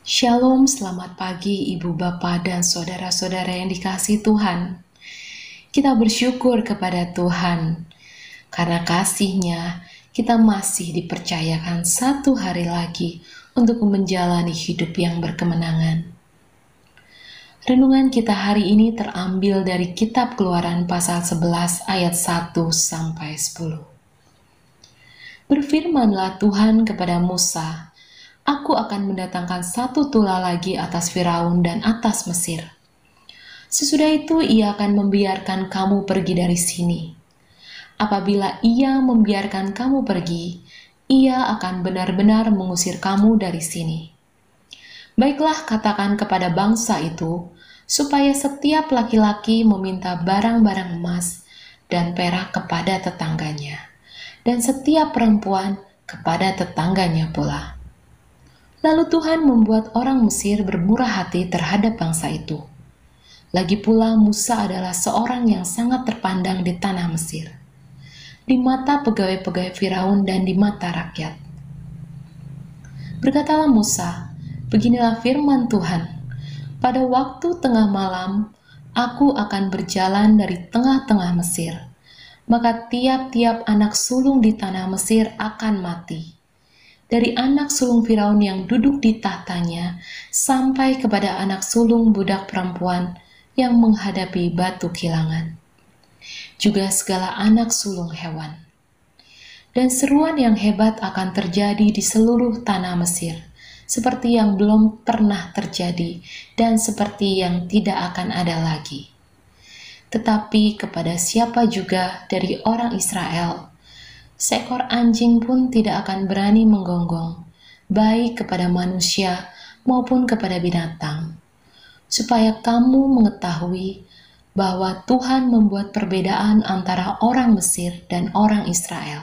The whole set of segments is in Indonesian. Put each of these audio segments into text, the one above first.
Shalom, selamat pagi Ibu Bapa dan saudara-saudara yang dikasihi Tuhan. Kita bersyukur kepada Tuhan, karena kasih-Nya kita masih dipercayakan satu hari lagi untuk menjalani hidup yang berkemenangan. Renungan kita hari ini terambil dari kitab Keluaran pasal 11 ayat 1-10. Berfirmanlah Tuhan kepada Musa, Aku akan mendatangkan satu tula lagi atas Firaun dan atas Mesir. Sesudah itu ia akan membiarkan kamu pergi dari sini. Apabila ia membiarkan kamu pergi, ia akan benar-benar mengusir kamu dari sini. Baiklah, katakan kepada bangsa itu, supaya setiap laki-laki meminta barang-barang emas dan perak kepada tetangganya, dan setiap perempuan kepada tetangganya pula. Lalu Tuhan membuat orang Mesir bermurah hati terhadap bangsa itu. Lagi pula Musa adalah seorang yang sangat terpandang di tanah Mesir, di mata pegawai-pegawai Firaun dan di mata rakyat. Berkatalah Musa, beginilah firman Tuhan, pada waktu tengah malam, aku akan berjalan dari tengah-tengah Mesir, maka tiap-tiap anak sulung di tanah Mesir akan mati. Dari anak sulung Firaun yang duduk di tahtanya sampai kepada anak sulung budak perempuan yang menghadapi batu kilangan, juga segala anak sulung hewan. Dan seruan yang hebat akan terjadi di seluruh tanah Mesir, seperti yang belum pernah terjadi dan seperti yang tidak akan ada lagi. Tetapi kepada siapa juga dari orang Israel, seekor anjing pun tidak akan berani menggonggong, baik kepada manusia maupun kepada binatang, supaya kamu mengetahui bahwa Tuhan membuat perbedaan antara orang Mesir dan orang Israel.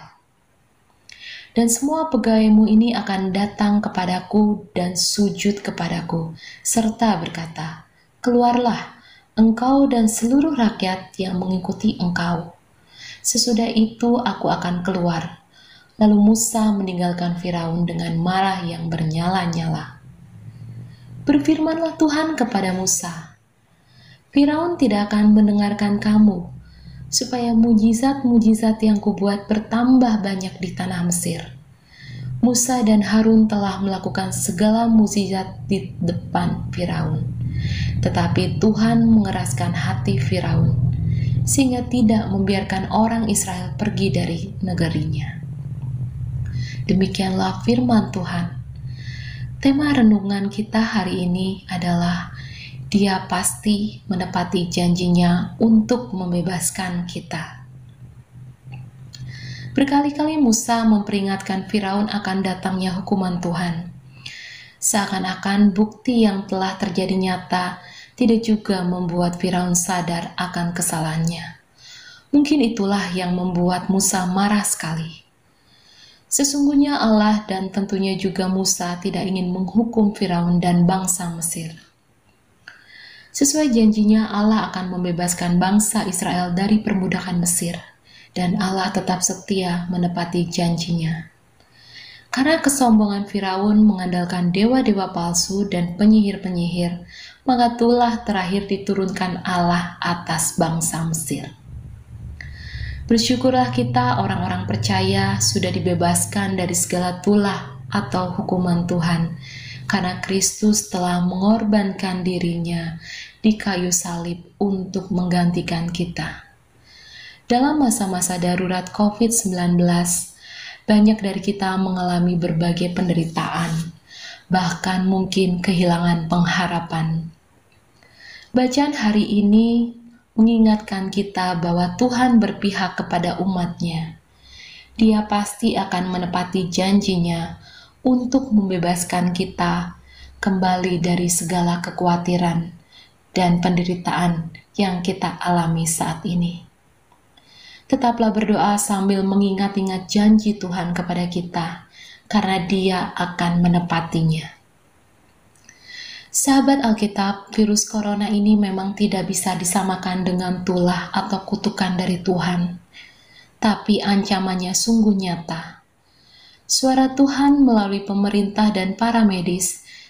Dan semua pegawaimu ini akan datang kepadaku dan sujud kepadaku, serta berkata, Keluarlah, engkau dan seluruh rakyat yang mengikuti engkau. Sesudah itu aku akan keluar. Lalu Musa meninggalkan Firaun dengan marah yang bernyala-nyala. Berfirmanlah Tuhan kepada Musa, Firaun tidak akan mendengarkan kamu, supaya mujizat-mujizat yang kubuat bertambah banyak di tanah Mesir. Musa dan Harun telah melakukan segala mujizat di depan Firaun. Tetapi Tuhan mengeraskan hati Firaun, sehingga tidak membiarkan orang Israel pergi dari negerinya. Demikianlah firman Tuhan. Tema renungan kita hari ini adalah Dia pasti menepati janjinya untuk membebaskan kita. Berkali-kali Musa memperingatkan Firaun akan datangnya hukuman Tuhan. Seakan-akan bukti yang telah terjadi nyata tidak juga membuat Firaun sadar akan kesalahannya. Mungkin itulah yang membuat Musa marah sekali. Sesungguhnya Allah dan tentunya juga Musa tidak ingin menghukum Firaun dan bangsa Mesir. Sesuai janjinya, Allah akan membebaskan bangsa Israel dari perbudakan Mesir, dan Allah tetap setia menepati janjinya. Karena kesombongan Firaun mengandalkan dewa-dewa palsu dan penyihir-penyihir, maka tulah terakhir diturunkan Allah atas bangsa Mesir. Bersyukurlah kita orang-orang percaya sudah dibebaskan dari segala tulah atau hukuman Tuhan, karena Kristus telah mengorbankan dirinya di kayu salib untuk menggantikan kita. Dalam masa-masa darurat COVID-19, banyak dari kita mengalami berbagai penderitaan, bahkan mungkin kehilangan pengharapan. Bacaan hari ini mengingatkan kita bahwa Tuhan berpihak kepada umat-Nya. Dia pasti akan menepati janjinya untuk membebaskan kita kembali dari segala kekhawatiran dan penderitaan yang kita alami saat ini. Tetaplah berdoa sambil mengingat-ingat janji Tuhan kepada kita, karena Dia akan menepatinya. Sahabat Alkitab, virus corona ini memang tidak bisa disamakan dengan tulah atau kutukan dari Tuhan, tapi ancamannya sungguh nyata. Suara Tuhan melalui pemerintah dan para medis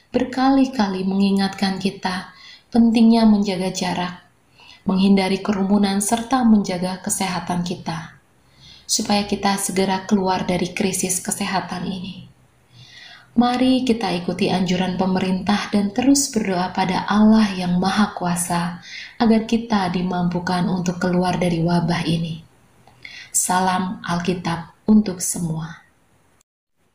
berkali-kali mengingatkan kita pentingnya menjaga jarak, menghindari kerumunan, serta menjaga kesehatan kita, supaya kita segera keluar dari krisis kesehatan ini. Mari kita ikuti anjuran pemerintah dan terus berdoa pada Allah yang Maha Kuasa agar kita dimampukan untuk keluar dari wabah ini. Salam Alkitab untuk semua.